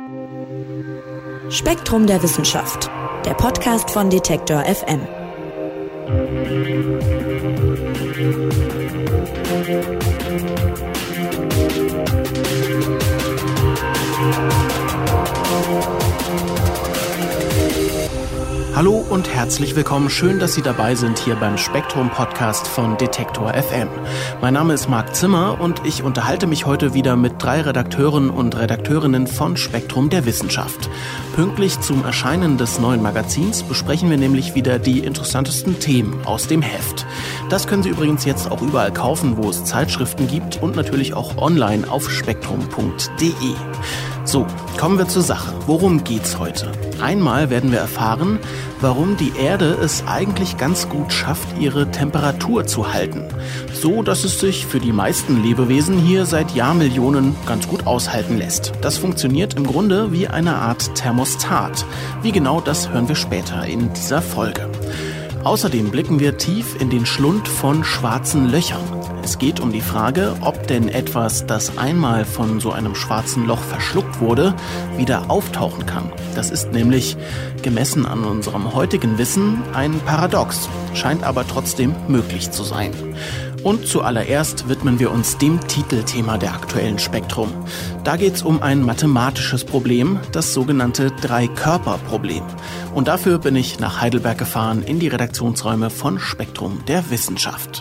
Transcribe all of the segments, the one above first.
Spektrum der Wissenschaft, der Podcast von Detektor FM. Hallo und herzlich willkommen. Schön, dass Sie dabei sind hier beim Spektrum-Podcast von Detektor FM. Mein Name ist Marc Zimmer und ich unterhalte mich heute wieder mit 3 Redakteuren und Redakteurinnen von Spektrum der Wissenschaft. Pünktlich zum Erscheinen des neuen Magazins besprechen wir nämlich wieder die interessantesten Themen aus dem Heft. Das können Sie übrigens jetzt auch überall kaufen, wo es Zeitschriften gibt und natürlich auch online auf spektrum.de. So, kommen wir zur Sache. Worum geht's heute? Einmal werden wir erfahren, warum die Erde es eigentlich ganz gut schafft, ihre Temperatur zu halten. So, dass es sich für die meisten Lebewesen hier seit Jahrmillionen ganz gut aushalten lässt. Das funktioniert im Grunde wie eine Art Thermostat. Wie genau, das hören wir später in dieser Folge. Außerdem blicken wir tief in den Schlund von schwarzen Löchern. Es geht um die Frage, ob denn etwas, das einmal von so einem schwarzen Loch verschluckt wurde, wieder auftauchen kann. Das ist nämlich, gemessen an unserem heutigen Wissen, ein Paradox, scheint aber trotzdem möglich zu sein. Und zuallererst widmen wir uns dem Titelthema der aktuellen Spektrum. Da geht es um ein mathematisches Problem, das sogenannte Drei-Körper-Problem. Und dafür bin ich nach Heidelberg gefahren in die Redaktionsräume von Spektrum der Wissenschaft.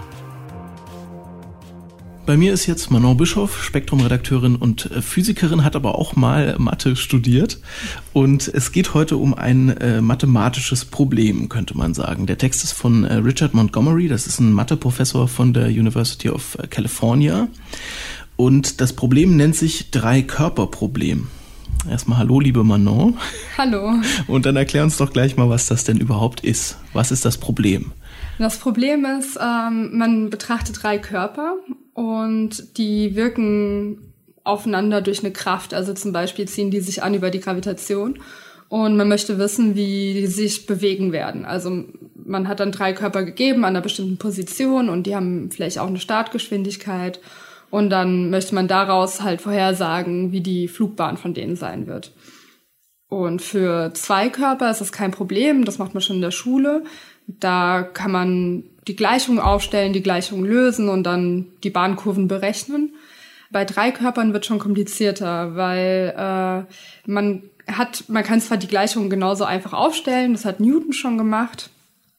Bei mir ist jetzt Manon Bischoff, Spektrum-Redakteurin und Physikerin, hat aber auch mal Mathe studiert. Und es geht heute um ein mathematisches Problem, könnte man sagen. Der Text ist von Richard Montgomery, das ist ein Matheprofessor von der University of California. Und das Problem nennt sich Drei-Körper-Problem. Erstmal hallo, liebe Manon. Hallo. Und dann erklär uns doch gleich mal, was das denn überhaupt ist. Was ist das Problem? Das Problem ist, man betrachtet 3 Körper und die wirken aufeinander durch eine Kraft. Also zum Beispiel ziehen die sich an über die Gravitation und man möchte wissen, wie die sich bewegen werden. Also man hat dann 3 Körper gegeben an einer bestimmten Position und die haben vielleicht auch eine Startgeschwindigkeit und dann möchte man daraus halt vorhersagen, wie die Flugbahn von denen sein wird. Und für 2 Körper ist das kein Problem, das macht man schon in der Schule. Da kann man die Gleichung aufstellen, die Gleichung lösen und dann die Bahnkurven berechnen. Bei 3 Körpern wird schon komplizierter, weil man kann zwar die Gleichung genauso einfach aufstellen, das hat Newton schon gemacht,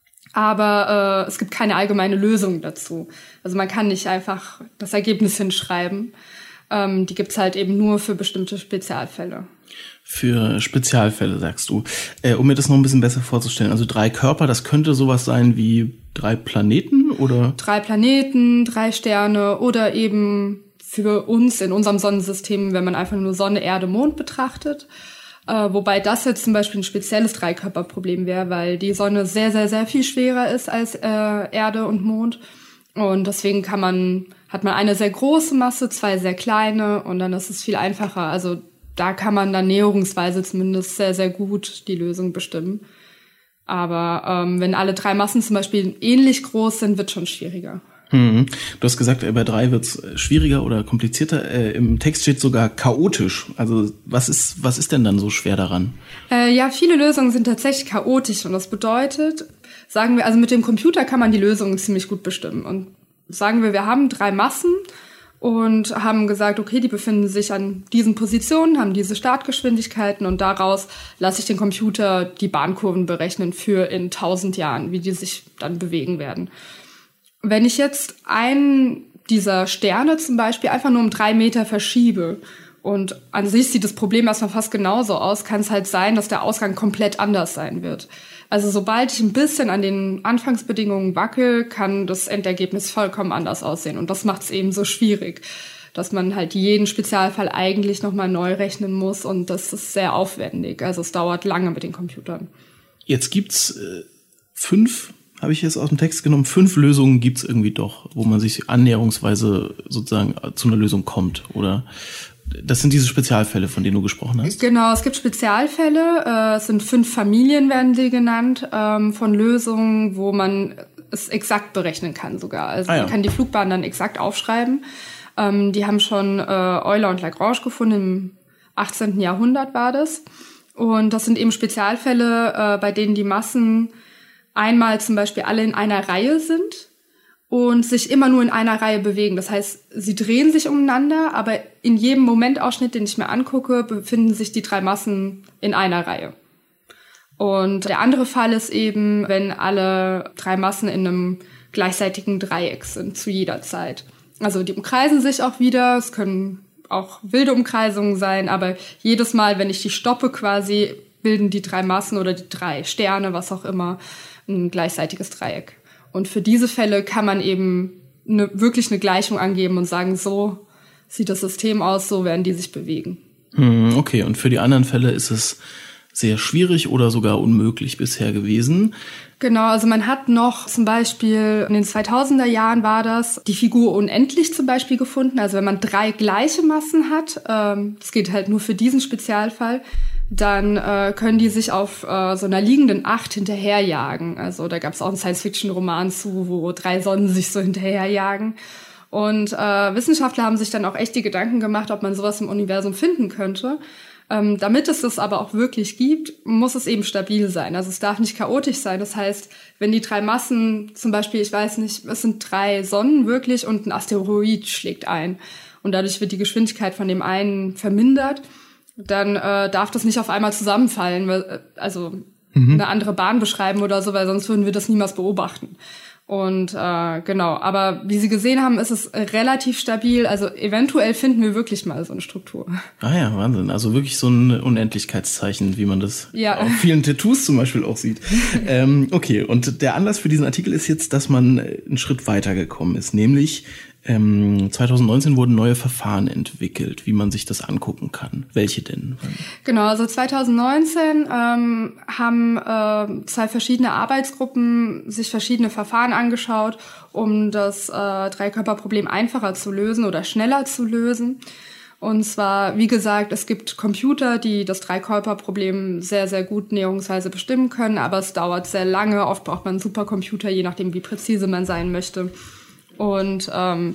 aber es gibt keine allgemeine Lösung dazu. Also man kann nicht einfach das Ergebnis hinschreiben. Die gibt's halt eben nur für bestimmte Spezialfälle. Für Spezialfälle, sagst du. Um mir das noch ein bisschen besser vorzustellen, also 3 Körper, das könnte sowas sein wie 3 Planeten, oder? 3 Planeten, 3 Sterne oder eben für uns in unserem Sonnensystem, wenn man einfach nur Sonne, Erde, Mond betrachtet. Wobei das jetzt zum Beispiel ein spezielles Dreikörperproblem wäre, weil die Sonne sehr, sehr, sehr viel schwerer ist als Erde und Mond. Und deswegen hat man eine sehr große Masse, 2 sehr kleine und dann ist es viel einfacher. Also da kann man dann näherungsweise zumindest sehr, sehr gut die Lösung bestimmen. Aber wenn alle 3 Massen zum Beispiel ähnlich groß sind, wird es schon schwieriger. Du hast gesagt, bei 3 wird es schwieriger oder komplizierter. Im Text steht sogar chaotisch. Also was ist denn dann so schwer daran? Ja, viele Lösungen sind tatsächlich chaotisch und das bedeutet, sagen wir, also mit dem Computer kann man die Lösungen ziemlich gut bestimmen. Und sagen wir haben 3 Massen und haben gesagt, okay, die befinden sich an diesen Positionen, haben diese Startgeschwindigkeiten und daraus lasse ich den Computer die Bahnkurven berechnen für in 1000 Jahren, wie die sich dann bewegen werden. Wenn ich jetzt einen dieser Sterne zum Beispiel einfach nur um 3 Meter verschiebe und an sich sieht das Problem erstmal fast genauso aus, kann es halt sein, dass der Ausgang komplett anders sein wird. Also sobald ich ein bisschen an den Anfangsbedingungen wackel, kann das Endergebnis vollkommen anders aussehen. Und das macht es eben so schwierig, dass man halt jeden Spezialfall eigentlich nochmal neu rechnen muss. Und das ist sehr aufwendig. Also es dauert lange mit den Computern. Jetzt gibt's 5, habe ich jetzt aus dem Text genommen, 5 Lösungen gibt's irgendwie doch, wo man sich annäherungsweise sozusagen zu einer Lösung kommt, oder? Das sind diese Spezialfälle, von denen du gesprochen hast? Genau, es gibt Spezialfälle. Es sind 5 Familien, werden die genannt, von Lösungen, wo man es exakt berechnen kann sogar. Also man kann die Flugbahn dann exakt aufschreiben. Die haben schon Euler und Lagrange gefunden im 18. Jahrhundert war das. Und das sind eben Spezialfälle, bei denen die Massen einmal zum Beispiel alle in einer Reihe sind und sich immer nur in einer Reihe bewegen. Das heißt, sie drehen sich umeinander, aber in jedem Momentausschnitt, den ich mir angucke, befinden sich die 3 Massen in einer Reihe. Und der andere Fall ist eben, wenn alle 3 Massen in einem gleichseitigen Dreieck sind, zu jeder Zeit. Also die umkreisen sich auch wieder, es können auch wilde Umkreisungen sein, aber jedes Mal, wenn ich die stoppe quasi, bilden die 3 Massen oder die 3 Sterne, was auch immer, ein gleichseitiges Dreieck. Und für diese Fälle kann man eben wirklich eine Gleichung angeben und sagen, so sieht das System aus, so werden die sich bewegen. Okay, und für die anderen Fälle ist es sehr schwierig oder sogar unmöglich bisher gewesen. Genau, also man hat noch zum Beispiel in den 2000er Jahren war das, die Figur unendlich zum Beispiel gefunden. Also wenn man 3 gleiche Massen hat, das geht halt nur für diesen Spezialfall, dann können die sich auf so einer liegenden 8 hinterherjagen. Also da gab es auch einen Science-Fiction-Roman zu, wo 3 Sonnen sich so hinterherjagen. Und Wissenschaftler haben sich dann auch echt die Gedanken gemacht, ob man sowas im Universum finden könnte. Damit es das aber auch wirklich gibt, muss es eben stabil sein. Also es darf nicht chaotisch sein. Das heißt, wenn die 3 Massen, zum Beispiel, ich weiß nicht, es sind 3 Sonnen wirklich und ein Asteroid schlägt ein und dadurch wird die Geschwindigkeit von dem einen vermindert, dann darf das nicht auf einmal zusammenfallen, also eine andere Bahn beschreiben oder so, weil sonst würden wir das niemals beobachten. Und genau, aber wie Sie gesehen haben, ist es relativ stabil. Also eventuell finden wir wirklich mal so eine Struktur. Ah ja, Wahnsinn. Also wirklich so ein Unendlichkeitszeichen, wie man das auf vielen Tattoos zum Beispiel auch sieht. Okay, und der Anlass für diesen Artikel ist jetzt, dass man einen Schritt weitergekommen ist. Nämlich 2019 wurden neue Verfahren entwickelt, wie man sich das angucken kann. Welche denn? Genau, also 2019 haben 2 verschiedene Arbeitsgruppen sich verschiedene Verfahren angeschaut, um das Dreikörperproblem einfacher zu lösen oder schneller zu lösen. Und zwar, wie gesagt, es gibt Computer, die das Dreikörperproblem sehr, sehr gut näherungsweise bestimmen können, aber es dauert sehr lange. Oft braucht man einen Supercomputer, je nachdem, wie präzise man sein möchte. Und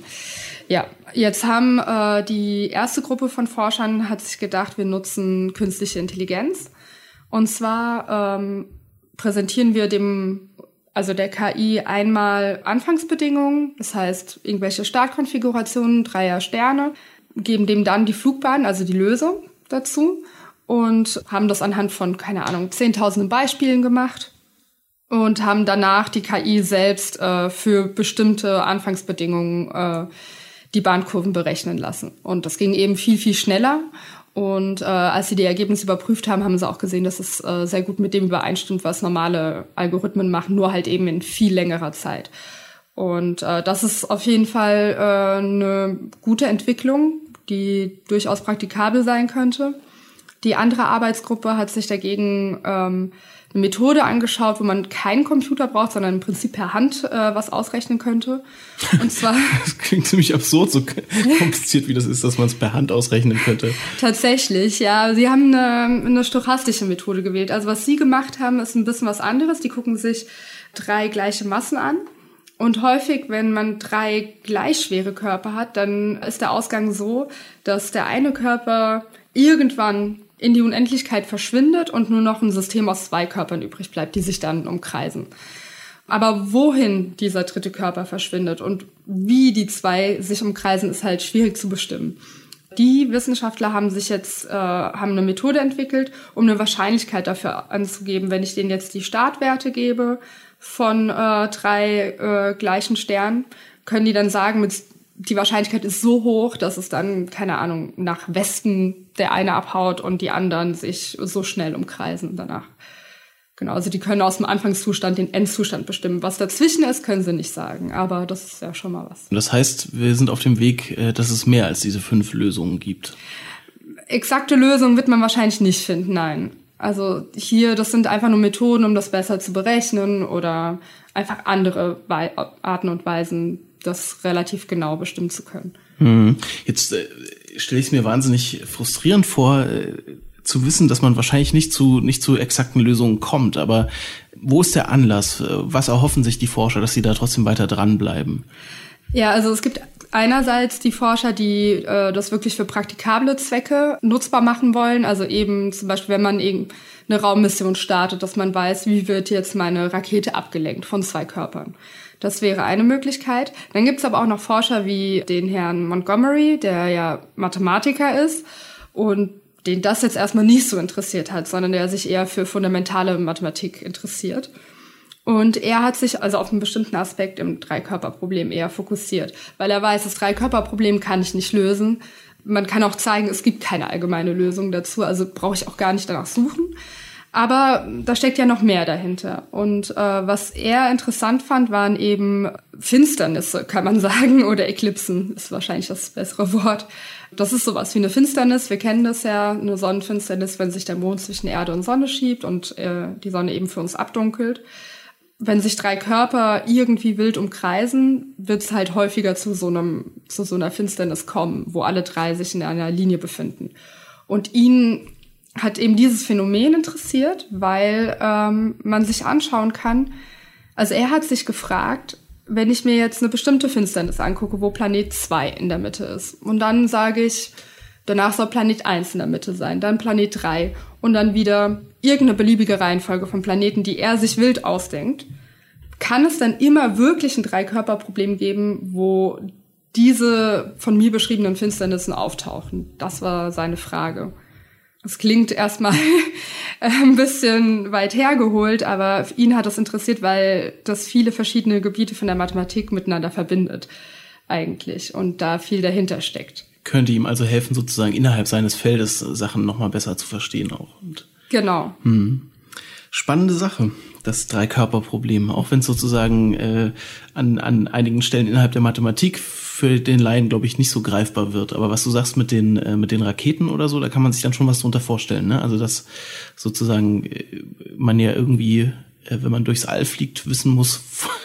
jetzt haben die erste Gruppe von Forschern hat sich gedacht, wir nutzen künstliche Intelligenz. Und zwar präsentieren wir der KI einmal Anfangsbedingungen, das heißt irgendwelche Startkonfigurationen, 3er Sterne, geben dem dann die Flugbahn, also die Lösung dazu und haben das anhand von, 10.000 Beispielen gemacht. Und haben danach die KI selbst für bestimmte Anfangsbedingungen die Bahnkurven berechnen lassen. Und das ging eben viel, viel schneller. Und als sie die Ergebnisse überprüft haben, haben sie auch gesehen, dass es sehr gut mit dem übereinstimmt, was normale Algorithmen machen, nur halt eben in viel längerer Zeit. Und das ist auf jeden Fall eine gute Entwicklung, die durchaus praktikabel sein könnte. Die andere Arbeitsgruppe hat sich dagegen eine Methode angeschaut, wo man keinen Computer braucht, sondern im Prinzip per Hand was ausrechnen könnte. Und zwar das klingt ziemlich absurd, so kompliziert wie das ist, dass man es per Hand ausrechnen könnte. Tatsächlich, ja. Sie haben eine stochastische Methode gewählt. Also was Sie gemacht haben, ist ein bisschen was anderes. Die gucken sich 3 gleiche Massen an. Und häufig, wenn man 3 gleich schwere Körper hat, dann ist der Ausgang so, dass der eine Körper irgendwann in die Unendlichkeit verschwindet und nur noch ein System aus 2 Körpern übrig bleibt, die sich dann umkreisen. Aber wohin dieser dritte Körper verschwindet und wie die 2 sich umkreisen, ist halt schwierig zu bestimmen. Die Wissenschaftler haben eine Methode entwickelt, um eine Wahrscheinlichkeit dafür anzugeben, wenn ich denen jetzt die Startwerte gebe von 3 gleichen Sternen, können die dann sagen, die Wahrscheinlichkeit ist so hoch, dass es dann, nach Westen der eine abhaut und die anderen sich so schnell umkreisen danach. Genau, also die können aus dem Anfangszustand den Endzustand bestimmen. Was dazwischen ist, können sie nicht sagen, aber das ist ja schon mal was. Das heißt, wir sind auf dem Weg, dass es mehr als diese 5 Lösungen gibt. Exakte Lösungen wird man wahrscheinlich nicht finden, nein. Also das sind einfach nur Methoden, um das besser zu berechnen oder einfach andere Arten und Weisen, das relativ genau bestimmen zu können. Jetzt stelle ich es mir wahnsinnig frustrierend vor, zu wissen, dass man wahrscheinlich nicht zu exakten Lösungen kommt. Aber wo ist der Anlass? Was erhoffen sich die Forscher, dass sie da trotzdem weiter dranbleiben? Ja, also es gibt einerseits die Forscher, die das wirklich für praktikable Zwecke nutzbar machen wollen. Also eben zum Beispiel, wenn man eben eine Raummission startet, dass man weiß, wie wird jetzt meine Rakete abgelenkt von 2 Körpern. Das wäre eine Möglichkeit. Dann gibt es aber auch noch Forscher wie den Herrn Montgomery, der ja Mathematiker ist und den das jetzt erstmal nicht so interessiert hat, sondern der sich eher für fundamentale Mathematik interessiert. Und er hat sich also auf einen bestimmten Aspekt im Dreikörperproblem eher fokussiert, weil er weiß, das Dreikörperproblem kann ich nicht lösen. Man kann auch zeigen, es gibt keine allgemeine Lösung dazu, also brauche ich auch gar nicht danach suchen. Aber da steckt ja noch mehr dahinter. Und was er interessant fand, waren eben Finsternisse, kann man sagen, oder Eklipsen ist wahrscheinlich das bessere Wort. Das ist sowas wie eine Finsternis. Wir kennen das ja, eine Sonnenfinsternis, wenn sich der Mond zwischen Erde und Sonne schiebt und die Sonne eben für uns abdunkelt. Wenn sich 3 Körper irgendwie wild umkreisen, wird es halt häufiger zu so einer Finsternis kommen, wo alle 3 sich in einer Linie befinden. Und ihn hat eben dieses Phänomen interessiert, weil man sich anschauen kann, also er hat sich gefragt, wenn ich mir jetzt eine bestimmte Finsternis angucke, wo Planet 2 in der Mitte ist, und dann sage ich, danach soll Planet 1 in der Mitte sein, dann Planet 3 und dann wieder irgendeine beliebige Reihenfolge von Planeten, die er sich wild ausdenkt, kann es dann immer wirklich ein Dreikörperproblem geben, wo diese von mir beschriebenen Finsternissen auftauchen? Das war seine Frage. Das klingt erstmal ein bisschen weit hergeholt, aber ihn hat das interessiert, weil das viele verschiedene Gebiete von der Mathematik miteinander verbindet eigentlich und da viel dahinter steckt. Könnte ihm also helfen, sozusagen innerhalb seines Feldes Sachen nochmal besser zu verstehen auch. Und genau. Spannende Sache, das Dreikörperproblem, auch wenn es sozusagen an einigen Stellen innerhalb der Mathematik für den Laien, glaube ich, nicht so greifbar wird. Aber was du sagst mit den Raketen oder so, da kann man sich dann schon was drunter vorstellen, ne? Also dass sozusagen man ja irgendwie, wenn man durchs All fliegt, wissen muss,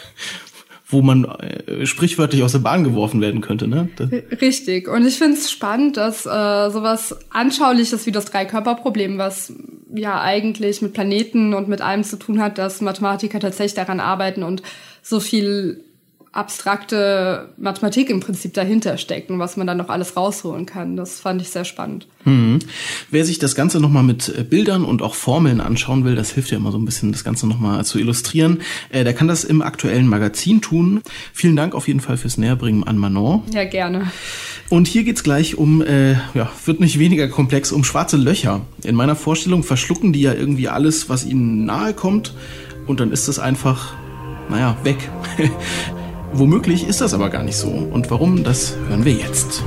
wo man sprichwörtlich aus der Bahn geworfen werden könnte, ne? Richtig. Und ich finde es spannend, dass sowas Anschauliches wie das Dreikörperproblem, was ja eigentlich mit Planeten und mit allem zu tun hat, dass Mathematiker tatsächlich daran arbeiten und so viel abstrakte Mathematik im Prinzip dahinter steckt und was man dann noch alles rausholen kann. Das fand ich sehr spannend. Wer sich das Ganze nochmal mit Bildern und auch Formeln anschauen will, das hilft ja immer so ein bisschen, das Ganze nochmal zu illustrieren, der kann das im aktuellen Magazin tun. Vielen Dank auf jeden Fall fürs Näherbringen an Manon. Ja, gerne. Und hier geht's gleich um, wird nicht weniger komplex, um schwarze Löcher. In meiner Vorstellung verschlucken die ja irgendwie alles, was ihnen nahe kommt, und dann ist das einfach, weg. Womöglich ist das aber gar nicht so. Und warum, das hören wir jetzt.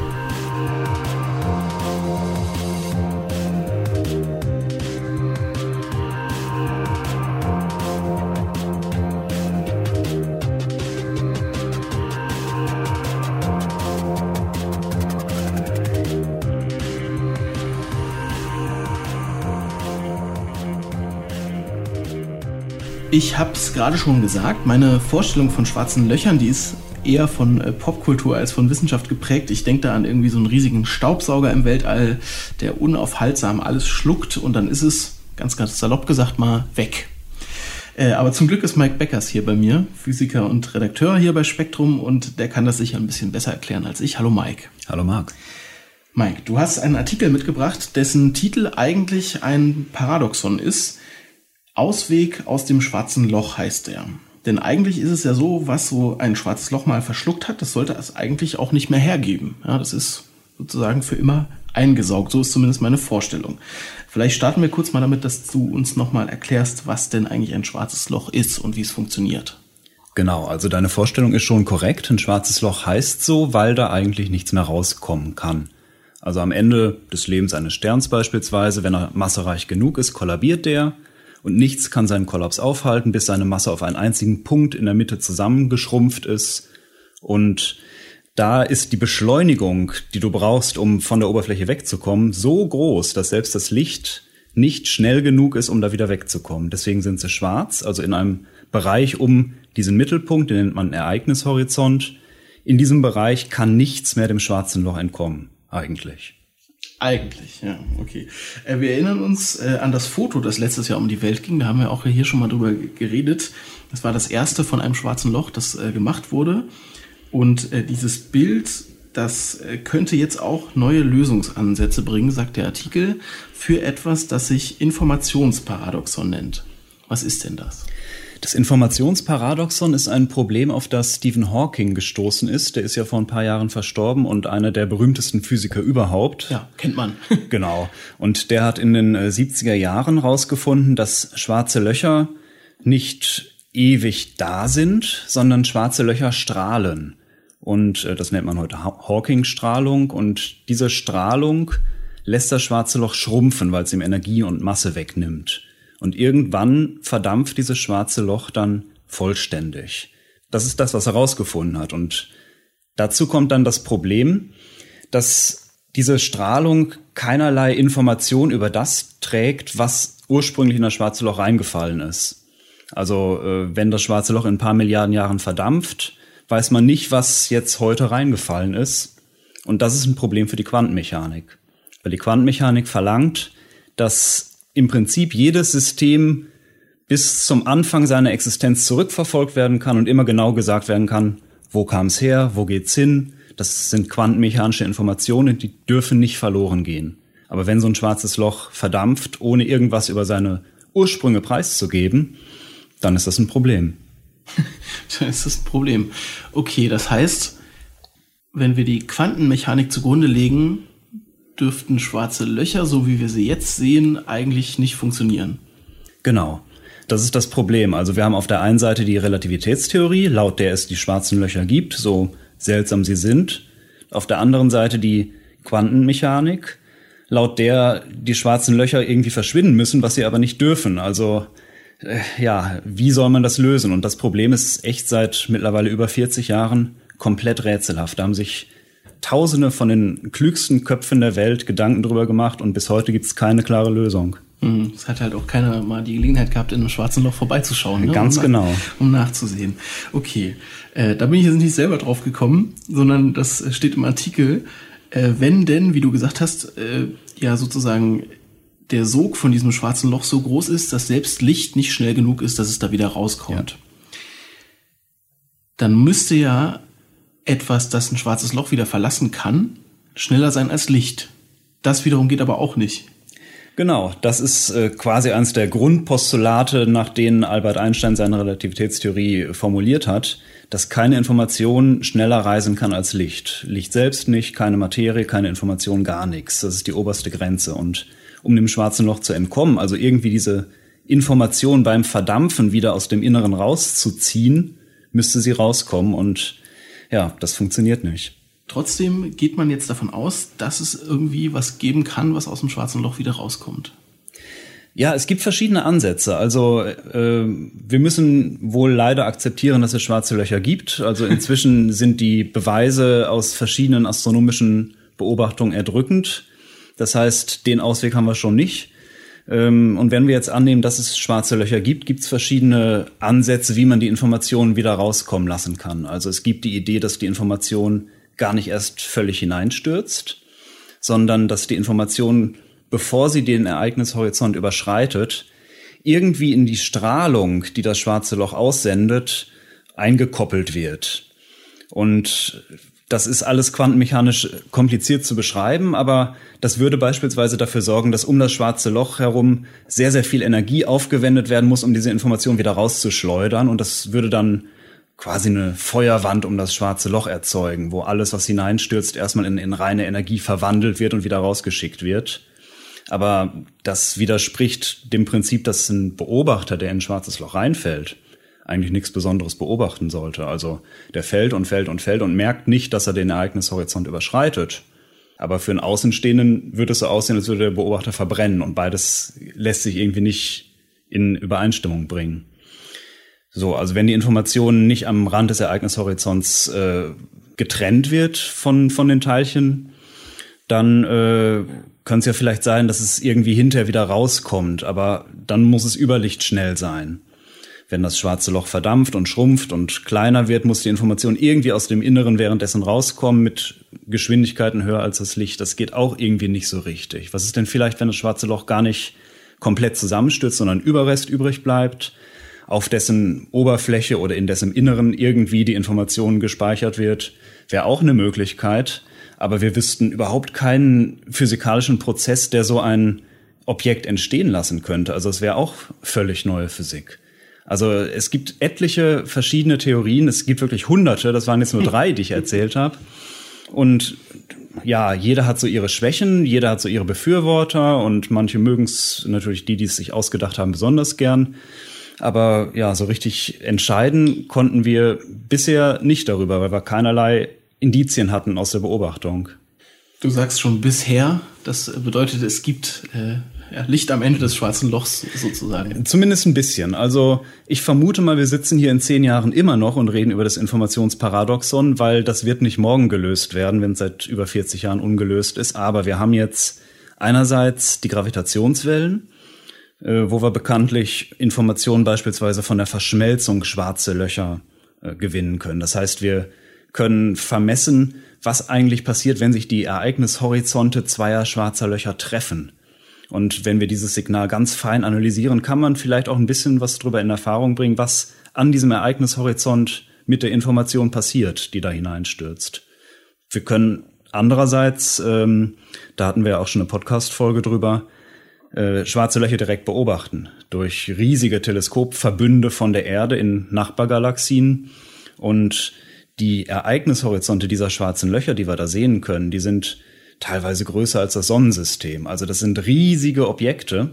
Ich habe es gerade schon gesagt, meine Vorstellung von schwarzen Löchern, die ist eher von Popkultur als von Wissenschaft geprägt. Ich denke da an irgendwie so einen riesigen Staubsauger im Weltall, der unaufhaltsam alles schluckt, und dann ist es, ganz salopp gesagt, mal weg. Aber zum Glück ist Mike Beckers hier bei mir, Physiker und Redakteur hier bei Spektrum, und der kann das sicher ein bisschen besser erklären als ich. Hallo Mike. Hallo Marc. Mike, du hast einen Artikel mitgebracht, dessen Titel eigentlich ein Paradoxon ist. Ausweg aus dem schwarzen Loch heißt er. Denn eigentlich ist es ja so, was so ein schwarzes Loch mal verschluckt hat, das sollte es eigentlich auch nicht mehr hergeben. Ja, das ist sozusagen für immer eingesaugt. So ist zumindest meine Vorstellung. Vielleicht starten wir kurz mal damit, dass du uns nochmal erklärst, was denn eigentlich ein schwarzes Loch ist und wie es funktioniert. Genau, also deine Vorstellung ist schon korrekt. Ein schwarzes Loch heißt so, weil da eigentlich nichts mehr rauskommen kann. Also am Ende des Lebens eines Sterns beispielsweise, wenn er massereich genug ist, kollabiert der. Und nichts kann seinen Kollaps aufhalten, bis seine Masse auf einen einzigen Punkt in der Mitte zusammengeschrumpft ist. Und da ist die Beschleunigung, die du brauchst, um von der Oberfläche wegzukommen, so groß, dass selbst das Licht nicht schnell genug ist, um da wieder wegzukommen. Deswegen sind sie schwarz, also in einem Bereich um diesen Mittelpunkt, den nennt man Ereignishorizont. In diesem Bereich kann nichts mehr dem schwarzen Loch entkommen, eigentlich. Eigentlich, ja, okay. Wir erinnern uns an das Foto, das letztes Jahr um die Welt ging. Da haben wir auch hier schon mal drüber geredet. Das war das erste von einem schwarzen Loch, das gemacht wurde. Und dieses Bild das könnte jetzt auch neue Lösungsansätze bringen, sagt der Artikel, für etwas, das sich Informationsparadoxon nennt. Was ist denn das? Das Informationsparadoxon ist ein Problem, auf das Stephen Hawking gestoßen ist. Der ist ja vor ein paar Jahren verstorben und einer der berühmtesten Physiker überhaupt. Ja, kennt man. Genau. Und der hat in den 70er Jahren rausgefunden, dass schwarze Löcher nicht ewig da sind, sondern schwarze Löcher strahlen. Und das nennt man heute Hawking-Strahlung. Und diese Strahlung lässt das schwarze Loch schrumpfen, weil es ihm Energie und Masse wegnimmt. Und irgendwann verdampft dieses schwarze Loch dann vollständig. Das ist das, was er herausgefunden hat. Und dazu kommt dann das Problem, dass diese Strahlung keinerlei Information über das trägt, was ursprünglich in das schwarze Loch reingefallen ist. Also wenn das schwarze Loch in ein paar Milliarden Jahren verdampft, weiß man nicht, was jetzt heute reingefallen ist. Und das ist ein Problem für die Quantenmechanik. Weil die Quantenmechanik verlangt, dass im Prinzip jedes System bis zum Anfang seiner Existenz zurückverfolgt werden kann und immer genau gesagt werden kann, wo kam es her, wo geht's hin. Das sind quantenmechanische Informationen, die dürfen nicht verloren gehen. Aber wenn so ein schwarzes Loch verdampft, ohne irgendwas über seine Ursprünge preiszugeben, dann ist das ein Problem. Dann ist das ein Problem. Okay, das heißt, wenn wir die Quantenmechanik zugrunde legen, dürften schwarze Löcher, so wie wir sie jetzt sehen, eigentlich nicht funktionieren. Genau. Das ist das Problem. Also wir haben auf der einen Seite die Relativitätstheorie, laut der es die schwarzen Löcher gibt, so seltsam sie sind. Auf der anderen Seite die Quantenmechanik, laut der die schwarzen Löcher irgendwie verschwinden müssen, was sie aber nicht dürfen. Also wie soll man das lösen? Und das Problem ist echt seit mittlerweile über 40 Jahren komplett rätselhaft. Da haben sich Tausende von den klügsten Köpfen der Welt Gedanken drüber gemacht und bis heute gibt es keine klare Lösung. Es hat halt auch keiner mal die Gelegenheit gehabt, in einem schwarzen Loch vorbeizuschauen. Ne? Ganz genau. Um nachzusehen. Okay, da bin ich jetzt nicht selber drauf gekommen, sondern das steht im Artikel, wenn denn, wie du gesagt hast, sozusagen der Sog von diesem schwarzen Loch so groß ist, dass selbst Licht nicht schnell genug ist, dass es da wieder rauskommt. Ja. Dann müsste ja etwas, das ein schwarzes Loch wieder verlassen kann, schneller sein als Licht. Das wiederum geht aber auch nicht. Genau, das ist quasi eines der Grundpostulate, nach denen Albert Einstein seine Relativitätstheorie formuliert hat, dass keine Information schneller reisen kann als Licht. Licht selbst nicht, keine Materie, keine Information, gar nichts. Das ist die oberste Grenze. Und um dem schwarzen Loch zu entkommen, also irgendwie diese Information beim Verdampfen wieder aus dem Inneren rauszuziehen, müsste sie rauskommen und ja, das funktioniert nicht. Trotzdem geht man jetzt davon aus, dass es irgendwie was geben kann, was aus dem schwarzen Loch wieder rauskommt. Ja, es gibt verschiedene Ansätze. Also wir müssen wohl leider akzeptieren, dass es schwarze Löcher gibt. Also inzwischen sind die Beweise aus verschiedenen astronomischen Beobachtungen erdrückend. Das heißt, den Ausweg haben wir schon nicht. Und wenn wir jetzt annehmen, dass es schwarze Löcher gibt, gibt es verschiedene Ansätze, wie man die Informationen wieder rauskommen lassen kann. Also es gibt die Idee, dass die Information gar nicht erst völlig hineinstürzt, sondern dass die Information, bevor sie den Ereignishorizont überschreitet, irgendwie in die Strahlung, die das schwarze Loch aussendet, eingekoppelt wird. Und das ist alles quantenmechanisch kompliziert zu beschreiben, aber das würde beispielsweise dafür sorgen, dass um das schwarze Loch herum sehr, sehr viel Energie aufgewendet werden muss, um diese Information wieder rauszuschleudern. Und das würde dann quasi eine Feuerwand um das schwarze Loch erzeugen, wo alles, was hineinstürzt, erstmal in reine Energie verwandelt wird und wieder rausgeschickt wird. Aber das widerspricht dem Prinzip, dass ein Beobachter, der in ein schwarzes Loch reinfällt, eigentlich nichts Besonderes beobachten sollte. Also der fällt und fällt und fällt und merkt nicht, dass er den Ereignishorizont überschreitet. Aber für einen Außenstehenden würde es so aussehen, als würde der Beobachter verbrennen. Und beides lässt sich irgendwie nicht in Übereinstimmung bringen. So, also wenn die Information nicht am Rand des Ereignishorizonts getrennt wird von den Teilchen, dann könnte es ja vielleicht sein, dass es irgendwie hinterher wieder rauskommt. Aber dann muss es überlichtschnell sein. Wenn das schwarze Loch verdampft und schrumpft und kleiner wird, muss die Information irgendwie aus dem Inneren währenddessen rauskommen mit Geschwindigkeiten höher als das Licht. Das geht auch irgendwie nicht so richtig. Was ist denn vielleicht, wenn das schwarze Loch gar nicht komplett zusammenstürzt, sondern ein Überrest übrig bleibt, auf dessen Oberfläche oder in dessen Inneren irgendwie die Information gespeichert wird? wäre auch eine Möglichkeit, aber wir wüssten überhaupt keinen physikalischen Prozess, der so ein Objekt entstehen lassen könnte. Also es wäre auch völlig neue Physik. Also es gibt etliche verschiedene Theorien, es gibt wirklich Hunderte, das waren jetzt nur 3, die ich erzählt habe. Und ja, jeder hat so ihre Schwächen, jeder hat so ihre Befürworter und manche mögen es natürlich, die es sich ausgedacht haben, besonders gern. Aber ja, so richtig entscheiden konnten wir bisher nicht darüber, weil wir keinerlei Indizien hatten aus der Beobachtung. Du sagst schon bisher, das bedeutet, es gibt Licht am Ende des schwarzen Lochs sozusagen. Zumindest ein bisschen. Also ich vermute mal, wir sitzen hier in 10 Jahren immer noch und reden über das Informationsparadoxon, weil das wird nicht morgen gelöst werden, wenn es seit über 40 Jahren ungelöst ist. Aber wir haben jetzt einerseits die Gravitationswellen, wo wir bekanntlich Informationen beispielsweise von der Verschmelzung schwarze Löcher gewinnen können. Das heißt, wir können vermessen, was eigentlich passiert, wenn sich die Ereignishorizonte zweier schwarzer Löcher treffen. Und wenn wir dieses Signal ganz fein analysieren, kann man vielleicht auch ein bisschen was drüber in Erfahrung bringen, was an diesem Ereignishorizont mit der Information passiert, die da hineinstürzt. Wir können andererseits, da hatten wir ja auch schon eine Podcast-Folge drüber, schwarze Löcher direkt beobachten durch riesige Teleskopverbünde von der Erde in Nachbargalaxien. Und die Ereignishorizonte dieser schwarzen Löcher, die wir da sehen können, die sind teilweise größer als das Sonnensystem. Also das sind riesige Objekte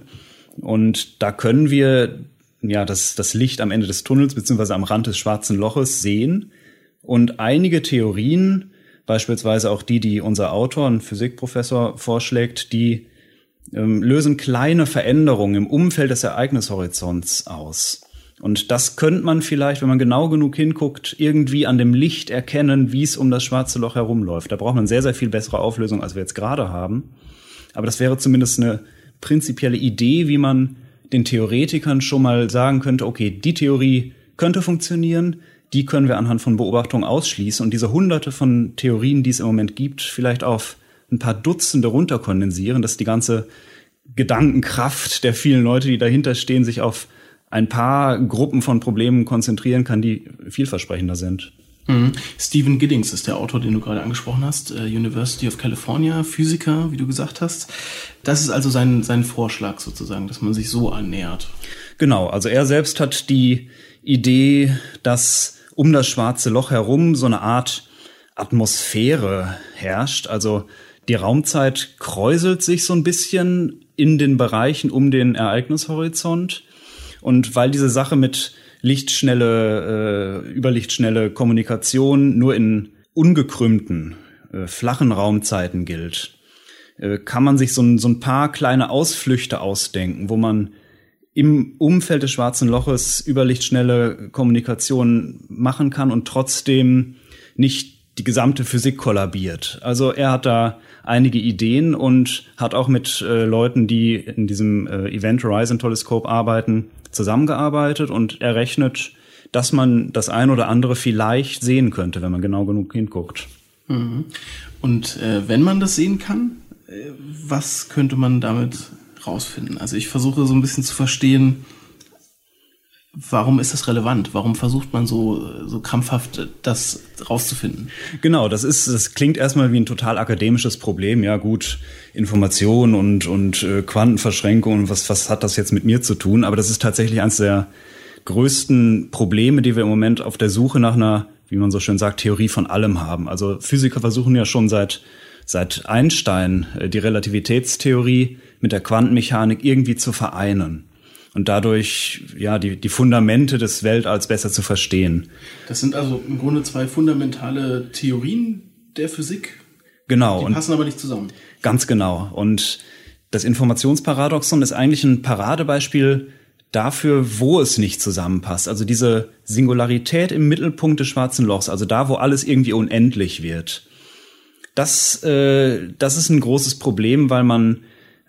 und da können wir ja das Licht am Ende des Tunnels beziehungsweise am Rand des schwarzen Loches sehen. Und einige Theorien, beispielsweise auch die unser Autor, ein Physikprofessor, vorschlägt, die lösen kleine Veränderungen im Umfeld des Ereignishorizonts aus. Und das könnte man vielleicht, wenn man genau genug hinguckt, irgendwie an dem Licht erkennen, wie es um das schwarze Loch herumläuft. Da braucht man sehr, sehr viel bessere Auflösung, als wir jetzt gerade haben. Aber das wäre zumindest eine prinzipielle Idee, wie man den Theoretikern schon mal sagen könnte, okay, die Theorie könnte funktionieren, die können wir anhand von Beobachtungen ausschließen und diese Hunderte von Theorien, die es im Moment gibt, vielleicht auf ein paar Dutzende runterkondensieren, dass die ganze Gedankenkraft der vielen Leute, die dahinter stehen, sich auf ein paar Gruppen von Problemen konzentrieren kann, die vielversprechender sind. Stephen Giddings ist der Autor, den du gerade angesprochen hast, University of California, Physiker, wie du gesagt hast. Das ist also sein Vorschlag sozusagen, dass man sich so annähert. Genau, also er selbst hat die Idee, dass um das schwarze Loch herum so eine Art Atmosphäre herrscht. Also die Raumzeit kräuselt sich so ein bisschen in den Bereichen um den Ereignishorizont. Und weil diese Sache mit überlichtschnelle Kommunikation nur in ungekrümmten, flachen Raumzeiten gilt, kann man sich so ein paar kleine Ausflüchte ausdenken, wo man im Umfeld des schwarzen Loches überlichtschnelle Kommunikation machen kann und trotzdem nicht die gesamte Physik kollabiert. Also er hat da einige Ideen und hat auch mit Leuten, die in diesem Event Horizon Teleskop arbeiten, zusammengearbeitet und errechnet, dass man das ein oder andere vielleicht sehen könnte, wenn man genau genug hinguckt. Und wenn man das sehen kann, was könnte man damit rausfinden? Also ich versuche so ein bisschen zu verstehen, warum ist das relevant? Warum versucht man so krampfhaft das rauszufinden? Genau, das klingt erstmal wie ein total akademisches Problem. Ja gut, Information und Quantenverschränkung, was hat das jetzt mit mir zu tun? Aber das ist tatsächlich eines der größten Probleme, die wir im Moment auf der Suche nach einer, wie man so schön sagt, Theorie von allem haben. Also Physiker versuchen ja schon seit Einstein die Relativitätstheorie mit der Quantenmechanik irgendwie zu vereinen. Und dadurch ja die Fundamente des Weltalls besser zu verstehen. Das sind also im Grunde 2 fundamentale Theorien der Physik. Genau. Die passen aber nicht zusammen. Ganz genau. Und das Informationsparadoxon ist eigentlich ein Paradebeispiel dafür, wo es nicht zusammenpasst. Also diese Singularität im Mittelpunkt des schwarzen Lochs, also da, wo alles irgendwie unendlich wird. Das ist ein großes Problem, weil man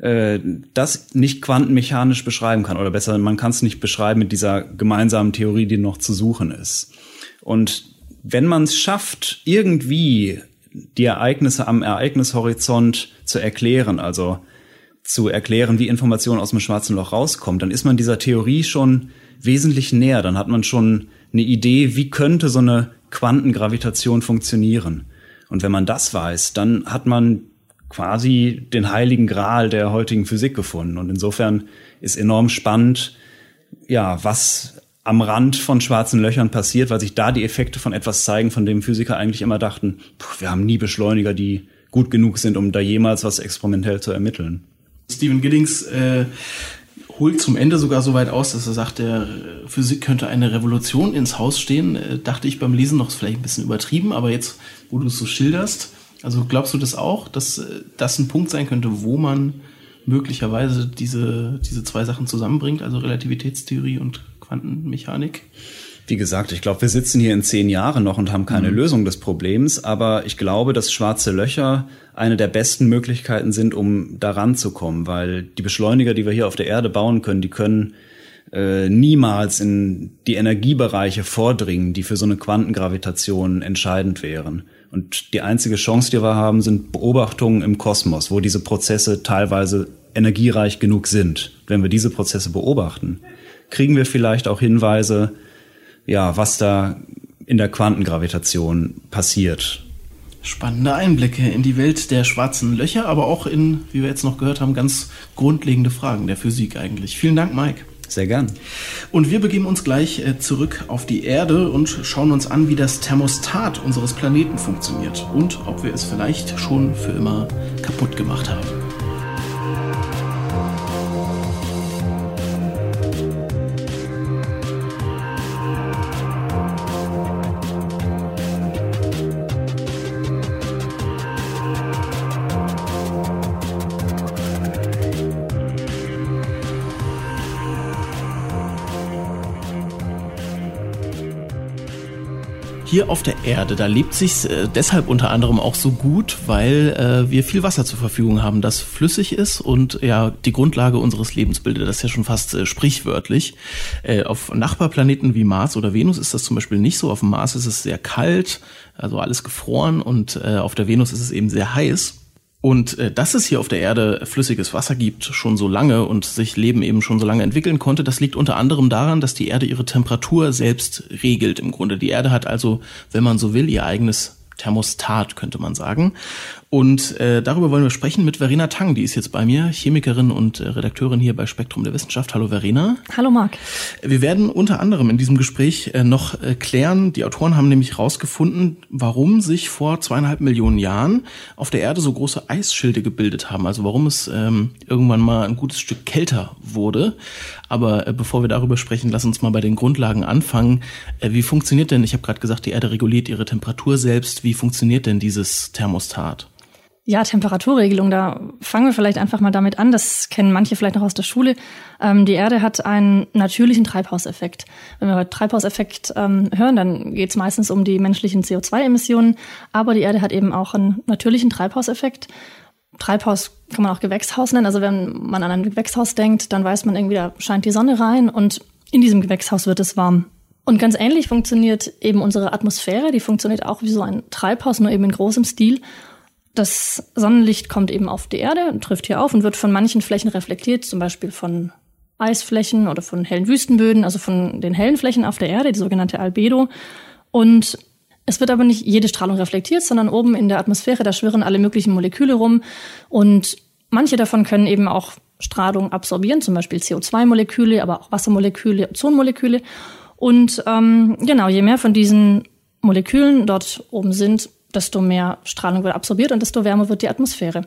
das nicht quantenmechanisch beschreiben kann. Oder besser, man kann es nicht beschreiben mit dieser gemeinsamen Theorie, die noch zu suchen ist. Und wenn man es schafft, irgendwie die Ereignisse am Ereignishorizont zu erklären, also zu erklären, wie Information aus dem schwarzen Loch rauskommt, dann ist man dieser Theorie schon wesentlich näher. Dann hat man schon eine Idee, wie könnte so eine Quantengravitation funktionieren. Und wenn man das weiß, dann hat man quasi den heiligen Gral der heutigen Physik gefunden. Und insofern ist enorm spannend, ja, was am Rand von schwarzen Löchern passiert, weil sich da die Effekte von etwas zeigen, von dem Physiker eigentlich immer dachten, wir haben nie Beschleuniger, die gut genug sind, um da jemals was experimentell zu ermitteln. Stephen Giddings holt zum Ende sogar so weit aus, dass er sagt, der Physik könnte eine Revolution ins Haus stehen. Dachte ich beim Lesen noch, ist vielleicht ein bisschen übertrieben, aber jetzt, wo du es so schilderst, also glaubst du das auch, dass das ein Punkt sein könnte, wo man möglicherweise diese zwei Sachen zusammenbringt, also Relativitätstheorie und Quantenmechanik? Wie gesagt, ich glaube, wir sitzen hier in 10 Jahren noch und haben keine Lösung des Problems, aber ich glaube, dass schwarze Löcher eine der besten Möglichkeiten sind, um daran zu kommen, weil die Beschleuniger, die wir hier auf der Erde bauen können, die können niemals in die Energiebereiche vordringen, die für so eine Quantengravitation entscheidend wären. Und die einzige Chance, die wir haben, sind Beobachtungen im Kosmos, wo diese Prozesse teilweise energiereich genug sind. Wenn wir diese Prozesse beobachten, kriegen wir vielleicht auch Hinweise, ja, was da in der Quantengravitation passiert. Spannende Einblicke in die Welt der schwarzen Löcher, aber auch in, wie wir jetzt noch gehört haben, ganz grundlegende Fragen der Physik eigentlich. Vielen Dank, Mike. Sehr gern. Und wir begeben uns gleich zurück auf die Erde und schauen uns an, wie das Thermostat unseres Planeten funktioniert und ob wir es vielleicht schon für immer kaputt gemacht haben. Hier auf der Erde, da lebt sich's deshalb unter anderem auch so gut, weil wir viel Wasser zur Verfügung haben, das flüssig ist und ja die Grundlage unseres Lebens bildet. Das ist ja schon fast sprichwörtlich. Auf Nachbarplaneten wie Mars oder Venus ist das zum Beispiel nicht so. Auf dem Mars ist es sehr kalt, also alles gefroren, und auf der Venus ist es eben sehr heiß. Und dass es hier auf der Erde flüssiges Wasser gibt, schon so lange, und sich Leben eben schon so lange entwickeln konnte, das liegt unter anderem daran, dass die Erde ihre Temperatur selbst regelt im Grunde. Die Erde hat also, wenn man so will, ihr eigenes Thermostat, könnte man sagen. Und darüber wollen wir sprechen mit Verena Tang, die ist jetzt bei mir, Chemikerin und Redakteurin hier bei Spektrum der Wissenschaft. Hallo Verena. Hallo Marc. Wir werden unter anderem in diesem Gespräch noch klären, die Autoren haben nämlich rausgefunden, warum sich vor 2,5 Millionen Jahren auf der Erde so große Eisschilde gebildet haben. Also warum es irgendwann mal ein gutes Stück kälter wurde. Aber bevor wir darüber sprechen, lass uns mal bei den Grundlagen anfangen. Wie funktioniert denn, ich habe gerade gesagt, die Erde reguliert ihre Temperatur selbst. Wie funktioniert denn dieses Thermostat? Ja, Temperaturregelung, da fangen wir vielleicht einfach mal damit an. Das kennen manche vielleicht noch aus der Schule. Die Erde hat einen natürlichen Treibhauseffekt. Wenn wir Treibhauseffekt hören, dann geht es meistens um die menschlichen CO2-Emissionen. Aber die Erde hat eben auch einen natürlichen Treibhauseffekt. Treibhaus kann man auch Gewächshaus nennen. Also wenn man an ein Gewächshaus denkt, dann weiß man irgendwie, da scheint die Sonne rein und in diesem Gewächshaus wird es warm. Und ganz ähnlich funktioniert eben unsere Atmosphäre. Die funktioniert auch wie so ein Treibhaus, nur eben in großem Stil. Das Sonnenlicht kommt eben auf die Erde, trifft hier auf und wird von manchen Flächen reflektiert, zum Beispiel von Eisflächen oder von hellen Wüstenböden, also von den hellen Flächen auf der Erde, die sogenannte Albedo. Und es wird aber nicht jede Strahlung reflektiert, sondern oben in der Atmosphäre, da schwirren alle möglichen Moleküle rum. Und manche davon können eben auch Strahlung absorbieren, zum Beispiel CO2-Moleküle, aber auch Wassermoleküle, Ozonmoleküle. Und genau, je mehr von diesen Molekülen dort oben sind, desto mehr Strahlung wird absorbiert und desto wärmer wird die Atmosphäre.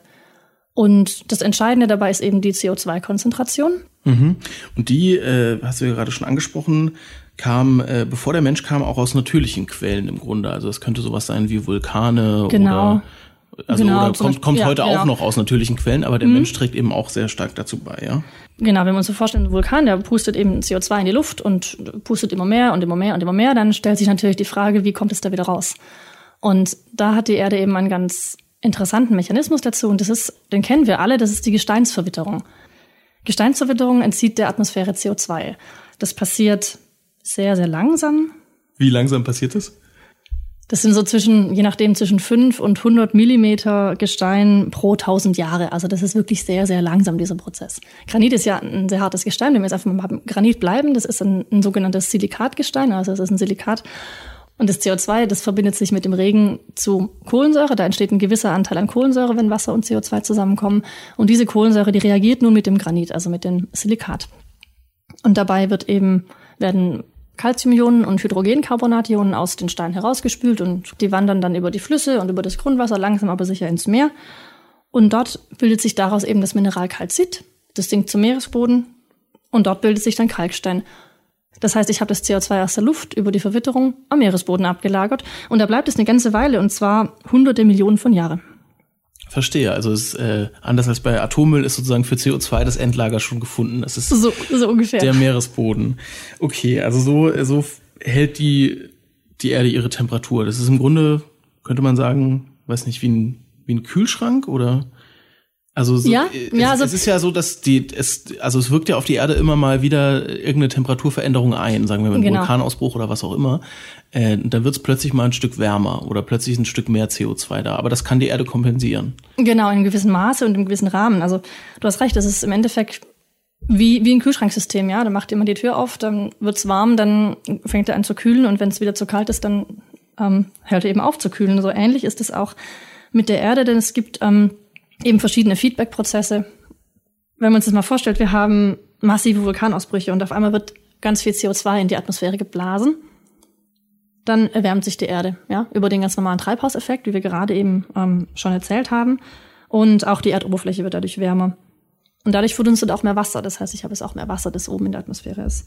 Und das Entscheidende dabei ist eben die CO2-Konzentration. Mhm. Und die, hast du ja gerade schon angesprochen, kam, bevor der Mensch kam, auch aus natürlichen Quellen im Grunde. Also es könnte sowas sein wie Vulkane genau. oder kommt heute auch noch aus natürlichen Quellen, aber der Mensch trägt eben auch sehr stark dazu bei, ja? Genau, wenn wir uns so vorstellen, ein Vulkan, der pustet eben CO2 in die Luft und pustet immer mehr und immer mehr und immer mehr, dann stellt sich natürlich die Frage, wie kommt es da wieder raus? Und da hat die Erde eben einen ganz interessanten Mechanismus dazu und den kennen wir alle, das ist die Gesteinsverwitterung. Gesteinsverwitterung entzieht der Atmosphäre CO2. Das passiert sehr, sehr langsam. Wie langsam passiert das? Das sind so je nachdem zwischen 5 und 100 Millimeter Gestein pro 1000 Jahre. Also das ist wirklich sehr, sehr langsam, dieser Prozess. Granit ist ja ein sehr hartes Gestein. Wenn wir jetzt einfach mal beim Granit bleiben, das ist ein sogenanntes Silikatgestein, also es ist ein Silikat. Und das CO2, das verbindet sich mit dem Regen zu Kohlensäure. Da entsteht ein gewisser Anteil an Kohlensäure, wenn Wasser und CO2 zusammenkommen. Und diese Kohlensäure, die reagiert nun mit dem Granit, also mit dem Silikat. Und dabei werden Calciumionen und Hydrogencarbonationen aus den Steinen herausgespült und die wandern dann über die Flüsse und über das Grundwasser langsam aber sicher ins Meer. Und dort bildet sich daraus eben das Mineral Calcit. Das sinkt zum Meeresboden und dort bildet sich dann Kalkstein. Das heißt, ich habe das CO2 aus der Luft über die Verwitterung am Meeresboden abgelagert und da bleibt es eine ganze Weile und zwar hunderte Millionen von Jahren. Verstehe. Also es ist anders als bei Atommüll ist sozusagen für CO2 das Endlager schon gefunden. Das ist so ungefähr der Meeresboden. Okay, also so hält die Erde ihre Temperatur. Das ist im Grunde, könnte man sagen, weiß nicht, wie ein Kühlschrank oder? Also es ist ja so, dass es wirkt ja auf die Erde immer mal wieder irgendeine Temperaturveränderung ein, sagen wir mal, einen Vulkanausbruch oder was auch immer. Dann wird es plötzlich mal ein Stück wärmer oder plötzlich ein Stück mehr CO2 da. Aber das kann die Erde kompensieren. Genau, in einem gewissen Maße und im gewissen Rahmen. Also du hast recht, das ist im Endeffekt wie ein Kühlschranksystem, ja. Da macht jemand die Tür auf, dann wird's warm, dann fängt er an zu kühlen und wenn es wieder zu kalt ist, dann hört er eben auf zu kühlen. So ähnlich ist es auch mit der Erde, denn es gibt eben verschiedene Feedback-Prozesse. Wenn man sich das mal vorstellt, wir haben massive Vulkanausbrüche und auf einmal wird ganz viel CO2 in die Atmosphäre geblasen, dann erwärmt sich die Erde, ja, über den ganz normalen Treibhauseffekt, wie wir gerade eben schon erzählt haben. Und auch die Erdoberfläche wird dadurch wärmer. Und dadurch verdunstet auch mehr Wasser. Das heißt, ich habe jetzt auch mehr Wasser, das oben in der Atmosphäre ist.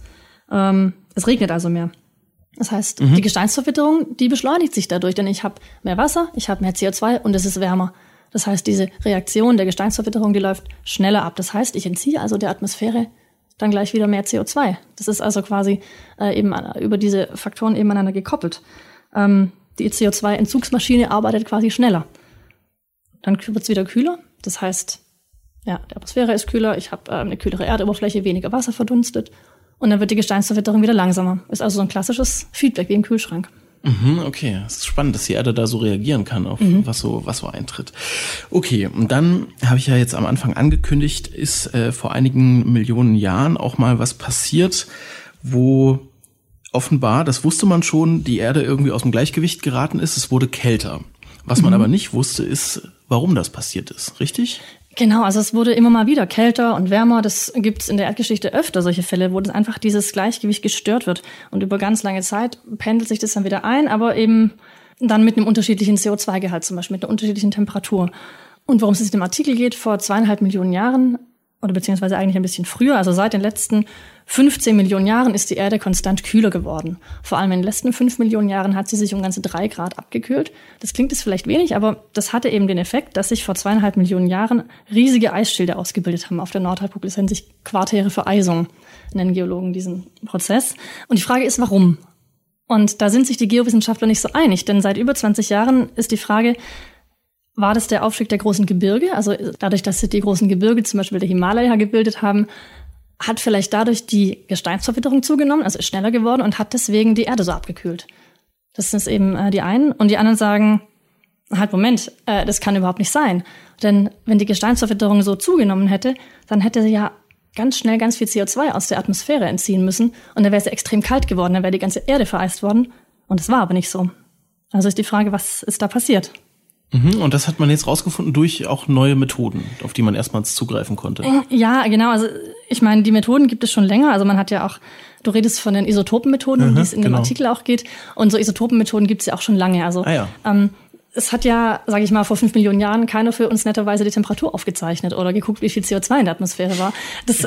Es regnet also mehr. Das heißt, die Gesteinsverwitterung, die beschleunigt sich dadurch, denn ich habe mehr Wasser, ich habe mehr CO2 und es ist wärmer. Das heißt, diese Reaktion der Gesteinsverwitterung, die läuft schneller ab. Das heißt, ich entziehe also der Atmosphäre dann gleich wieder mehr CO2. Das ist also quasi eben über diese Faktoren eben aneinander gekoppelt. Die CO2-Entzugsmaschine arbeitet quasi schneller. Dann wird es wieder kühler. Das heißt, ja, die Atmosphäre ist kühler, ich habe eine kühlere Erdoberfläche, weniger Wasser verdunstet. Und dann wird die Gesteinsverwitterung wieder langsamer. Ist also so ein klassisches Feedback wie im Kühlschrank. Okay, es ist spannend, dass die Erde da so reagieren kann auf was so eintritt. Okay, und dann habe ich ja jetzt am Anfang angekündigt, ist vor einigen Millionen Jahren auch mal was passiert, wo offenbar, das wusste man schon, die Erde irgendwie aus dem Gleichgewicht geraten ist. Es wurde kälter. Was man aber nicht wusste, ist, warum das passiert ist. Richtig? Genau, also es wurde immer mal wieder kälter und wärmer. Das gibt's in der Erdgeschichte öfter, solche Fälle, wo das einfach dieses Gleichgewicht gestört wird. Und über ganz lange Zeit pendelt sich das dann wieder ein, aber eben dann mit einem unterschiedlichen CO2-Gehalt zum Beispiel, mit einer unterschiedlichen Temperatur. Und worum es in dem Artikel geht, vor 2,5 Millionen Jahren, oder beziehungsweise eigentlich ein bisschen früher, also seit den letzten 15 Millionen Jahren ist die Erde konstant kühler geworden. Vor allem in den letzten 5 Millionen Jahren hat sie sich um ganze 3 Grad abgekühlt. Das klingt jetzt vielleicht wenig, aber das hatte eben den Effekt, dass sich vor 2,5 Millionen Jahren riesige Eisschilde ausgebildet haben auf der Nordhalbkugel. Das nennt sich quartäre Vereisung, nennen Geologen diesen Prozess. Und die Frage ist, warum? Und da sind sich die Geowissenschaftler nicht so einig, denn seit über 20 Jahren ist die Frage, war das der Aufstieg der großen Gebirge? Also dadurch, dass sich die großen Gebirge, zum Beispiel der Himalaya, gebildet haben, hat vielleicht dadurch die Gesteinsverwitterung zugenommen, also ist schneller geworden und hat deswegen die Erde so abgekühlt. Das ist eben die einen. Und die anderen sagen, halt Moment, das kann überhaupt nicht sein. Denn wenn die Gesteinsverwitterung so zugenommen hätte, dann hätte sie ja ganz schnell ganz viel CO2 aus der Atmosphäre entziehen müssen. Und dann wäre es ja extrem kalt geworden, dann wäre die ganze Erde vereist worden. Und es war aber nicht so. Also ist die Frage, was ist da passiert? Und das hat man jetzt rausgefunden durch auch neue Methoden, auf die man erstmals zugreifen konnte. Ja, genau. Also ich meine, die Methoden gibt es schon länger. Also man hat ja auch, du redest von den Isotopenmethoden, um die es in dem Artikel auch geht. Und so Isotopenmethoden gibt es ja auch schon lange. Also es hat ja, sage ich mal, vor 5 Millionen Jahren keiner für uns netterweise die Temperatur aufgezeichnet oder geguckt, wie viel CO2 in der Atmosphäre war. Das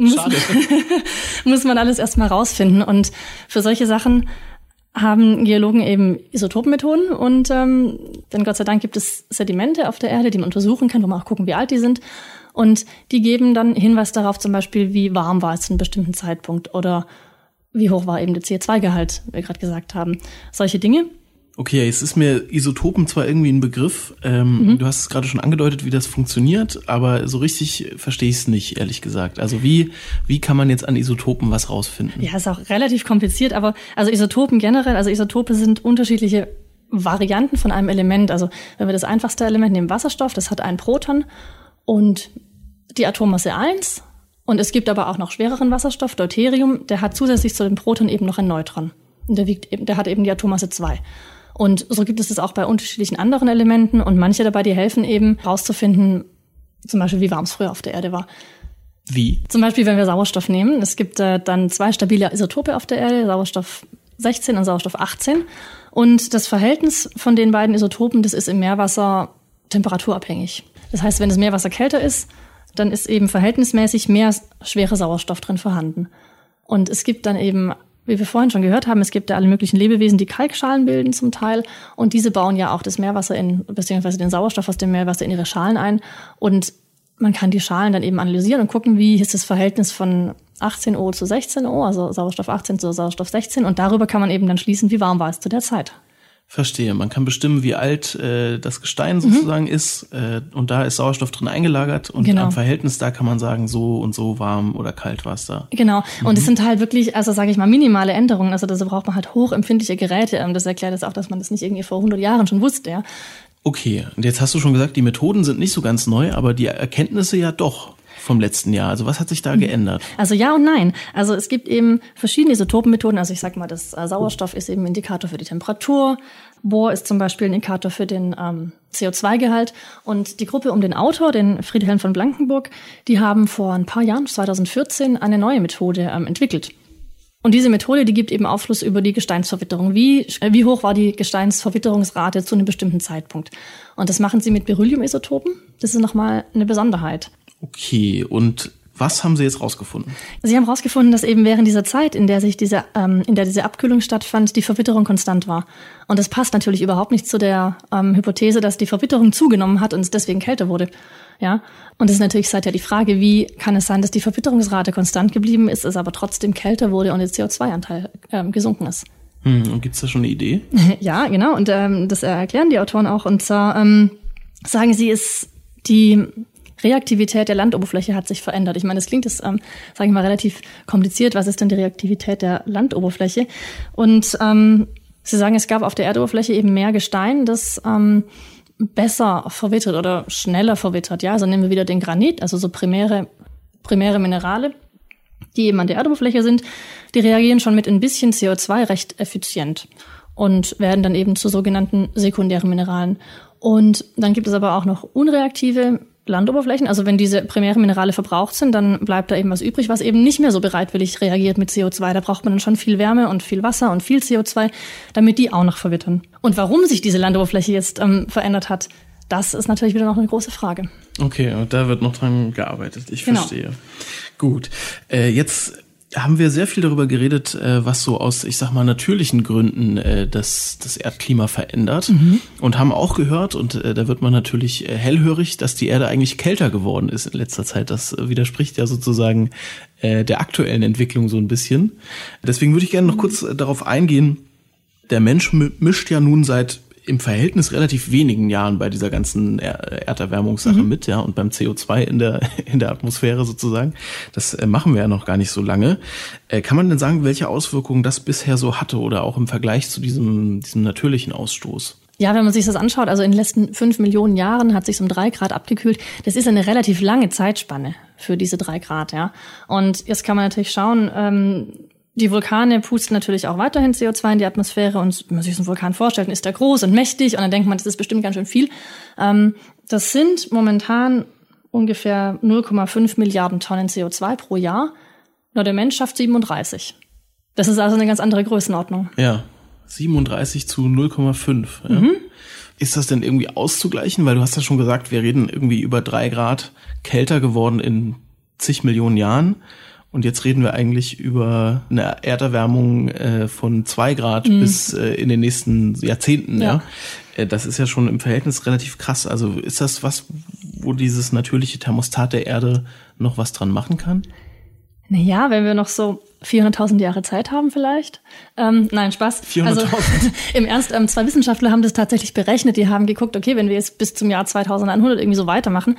muss man alles erstmal rausfinden. Und für solche Sachen haben Geologen eben Isotopenmethoden und denn Gott sei Dank gibt es Sedimente auf der Erde, die man untersuchen kann, wo man auch gucken, wie alt die sind. Und die geben dann Hinweis darauf, zum Beispiel, wie warm war es zu einem bestimmten Zeitpunkt oder wie hoch war eben der CO2-Gehalt, wie wir gerade gesagt haben. Solche Dinge. Okay, es ist mir Isotopen zwar irgendwie ein Begriff, du hast es gerade schon angedeutet, wie das funktioniert, aber so richtig verstehe ich es nicht, ehrlich gesagt. Also wie kann man jetzt an Isotopen was rausfinden? Ja, ist auch relativ kompliziert, aber also Isotopen generell, also Isotope sind unterschiedliche Varianten von einem Element. Also wenn wir das einfachste Element nehmen, Wasserstoff, das hat ein Proton und die Atommasse 1. Und es gibt aber auch noch schwereren Wasserstoff, Deuterium, der hat zusätzlich zu dem Proton eben noch ein Neutron. Der hat eben die Atommasse 2. Und so gibt es das auch bei unterschiedlichen anderen Elementen und manche dabei, die helfen eben rauszufinden, zum Beispiel wie warm es früher auf der Erde war. Wie? Zum Beispiel, wenn wir Sauerstoff nehmen. Es gibt dann 2 stabile Isotope auf der Erde, Sauerstoff 16 und Sauerstoff 18. Und das Verhältnis von den beiden Isotopen, das ist im Meerwasser temperaturabhängig. Das heißt, wenn das Meerwasser kälter ist, dann ist eben verhältnismäßig mehr schwerer Sauerstoff drin vorhanden. Und es gibt dann eben, wie wir vorhin schon gehört haben, es gibt ja alle möglichen Lebewesen, die Kalkschalen bilden zum Teil. Und diese bauen ja auch das Meerwasser beziehungsweise den Sauerstoff aus dem Meerwasser in ihre Schalen ein. Und man kann die Schalen dann eben analysieren und gucken, wie ist das Verhältnis von 18O zu 16O, also Sauerstoff 18 zu Sauerstoff 16. Und darüber kann man eben dann schließen, wie warm war es zu der Zeit. Verstehe. Man kann bestimmen, wie alt das Gestein sozusagen ist. Und da ist Sauerstoff drin eingelagert. Und am Verhältnis da kann man sagen, so und so warm oder kalt war es da. Genau. Und es sind halt wirklich, also sage ich mal, minimale Änderungen. Also da braucht man halt hochempfindliche Geräte. Das erklärt jetzt auch, dass man das nicht irgendwie vor 100 Jahren schon wusste, ja. Okay, und jetzt hast du schon gesagt, die Methoden sind nicht so ganz neu, aber die Erkenntnisse ja doch vom letzten Jahr. Also was hat sich da geändert? Also ja und nein. Also es gibt eben verschiedene Isotopenmethoden. Also ich sag mal, das Sauerstoff ist eben ein Indikator für die Temperatur. Bohr ist zum Beispiel ein Indikator für den CO2-Gehalt. Und die Gruppe um den Autor, den Friedhelm von Blankenburg, die haben vor ein paar Jahren, 2014, eine neue Methode entwickelt. Und diese Methode, die gibt eben Aufschluss über die Gesteinsverwitterung. Wie hoch war die Gesteinsverwitterungsrate zu einem bestimmten Zeitpunkt? Und das machen sie mit Beryllium-Isotopen. Das ist nochmal eine Besonderheit. Okay, und was haben Sie jetzt rausgefunden? Sie haben rausgefunden, dass eben während dieser Zeit, in der diese Abkühlung stattfand, die Verwitterung konstant war. Und das passt natürlich überhaupt nicht zu der Hypothese, dass die Verwitterung zugenommen hat und es deswegen kälter wurde. Ja, und das ist natürlich seither die Frage, wie kann es sein, dass die Verwitterungsrate konstant geblieben ist, es aber trotzdem kälter wurde und der CO2-Anteil gesunken ist. Und gibt's da schon eine Idee? Ja, genau. Und das erklären die Autoren auch. Und zwar sagen sie, die Reaktivität der Landoberfläche hat sich verändert. Ich meine, das klingt jetzt, sage ich mal, relativ kompliziert. Was ist denn die Reaktivität der Landoberfläche? Und sie sagen, es gab auf der Erdoberfläche eben mehr Gestein, das besser verwittert oder schneller verwittert. Ja, also nehmen wir wieder den Granit, also so primäre Minerale, die eben an der Erdoberfläche sind. Die reagieren schon mit ein bisschen CO2 recht effizient und werden dann eben zu sogenannten sekundären Mineralen. Und dann gibt es aber auch noch unreaktive Landoberflächen. Also wenn diese primären Minerale verbraucht sind, dann bleibt da eben was übrig, was eben nicht mehr so bereitwillig reagiert mit CO2. Da braucht man dann schon viel Wärme und viel Wasser und viel CO2, damit die auch noch verwittern. Und warum sich diese Landoberfläche jetzt verändert hat, das ist natürlich wieder noch eine große Frage. Okay, und da wird noch dran gearbeitet. Ich verstehe. Gut, jetzt haben wir sehr viel darüber geredet, was so aus, ich sag mal, natürlichen Gründen das Erdklima verändert. Und haben auch gehört, und da wird man natürlich hellhörig, dass die Erde eigentlich kälter geworden ist in letzter Zeit. Das widerspricht ja sozusagen der aktuellen Entwicklung so ein bisschen. Deswegen würde ich gerne noch kurz darauf eingehen. Der Mensch mischt ja nun seit im Verhältnis relativ wenigen Jahren bei dieser ganzen Erderwärmungssache mit, ja, und beim CO2 in der Atmosphäre sozusagen. Das machen wir ja noch gar nicht so lange. Kann man denn sagen, welche Auswirkungen das bisher so hatte oder auch im Vergleich zu diesem natürlichen Ausstoß? Ja, wenn man sich das anschaut, also in den letzten 5 Millionen Jahren hat sich um 3 Grad abgekühlt. Das ist eine relativ lange Zeitspanne für diese 3 Grad, ja. Und jetzt kann man natürlich schauen, die Vulkane pusten natürlich auch weiterhin CO2 in die Atmosphäre und wenn man sich so einen Vulkan vorstellt, dann ist der groß und mächtig und dann denkt man, das ist bestimmt ganz schön viel. Das sind momentan ungefähr 0,5 Milliarden Tonnen CO2 pro Jahr. Nur der Mensch schafft 37. Das ist also eine ganz andere Größenordnung. Ja, 37 zu 0,5. Ja. Ist das denn irgendwie auszugleichen? Weil du hast ja schon gesagt, wir reden irgendwie über 3 Grad kälter geworden in zig Millionen Jahren. Und jetzt reden wir eigentlich über eine Erderwärmung von 2 Grad bis in den nächsten Jahrzehnten. Ja. Das ist ja schon im Verhältnis relativ krass. Also ist das was, wo dieses natürliche Thermostat der Erde noch was dran machen kann? Naja, wenn wir noch so 400.000 Jahre Zeit haben vielleicht. Nein, Spaß. 400.000? Also im Ernst, 2 Wissenschaftler haben das tatsächlich berechnet. Die haben geguckt, okay, wenn wir jetzt bis zum Jahr 2100 irgendwie so weitermachen,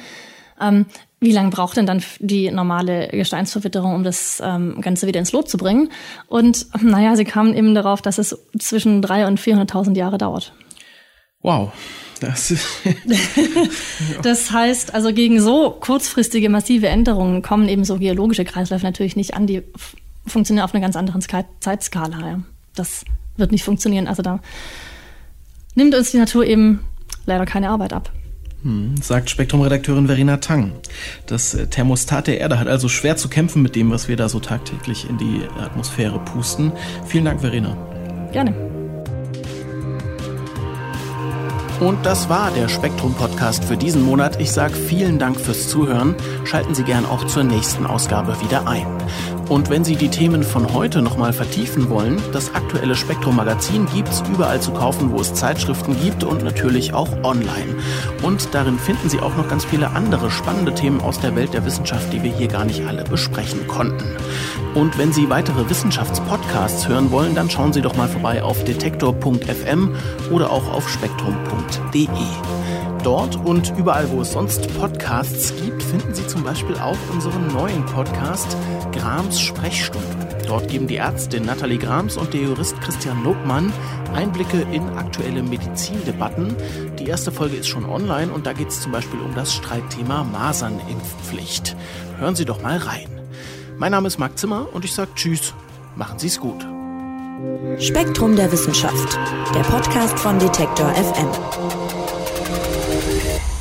wie lange braucht denn dann die normale Gesteinsverwitterung, um das Ganze wieder ins Lot zu bringen? Und naja, sie kamen eben darauf, dass es zwischen 300.000 und 400.000 Jahre dauert. Wow. Das heißt, also gegen so kurzfristige, massive Änderungen kommen eben so geologische Kreisläufe natürlich nicht an. Die funktionieren auf einer ganz anderen Zeitskala. Ja. das wird nicht funktionieren. Also da nimmt uns die Natur eben leider keine Arbeit ab. Sagt Spektrum-Redakteurin Verena Tang. Das Thermostat der Erde hat also schwer zu kämpfen mit dem, was wir da so tagtäglich in die Atmosphäre pusten. Vielen Dank, Verena. Gerne. Und das war der Spektrum-Podcast für diesen Monat. Ich sage vielen Dank fürs Zuhören. Schalten Sie gern auch zur nächsten Ausgabe wieder ein. Und wenn Sie die Themen von heute nochmal vertiefen wollen, das aktuelle Spektrum-Magazin gibt's überall zu kaufen, wo es Zeitschriften gibt und natürlich auch online. Und darin finden Sie auch noch ganz viele andere spannende Themen aus der Welt der Wissenschaft, die wir hier gar nicht alle besprechen konnten. Und wenn Sie weitere Wissenschaftspodcasts hören wollen, dann schauen Sie doch mal vorbei auf detektor.fm oder auch auf spektrum.de. Dort und überall, wo es sonst Podcasts gibt, finden Sie zum Beispiel auch unseren neuen Podcast Grams Sprechstunde. Dort geben die Ärztin Nathalie Grams und der Jurist Christian Lobmann Einblicke in aktuelle Medizindebatten. Die erste Folge ist schon online und da geht es zum Beispiel um das Streitthema Masernimpfpflicht. Hören Sie doch mal rein. Mein Name ist Marc Zimmer und ich sage Tschüss, machen Sie es gut. Spektrum der Wissenschaft, der Podcast von Detektor FM.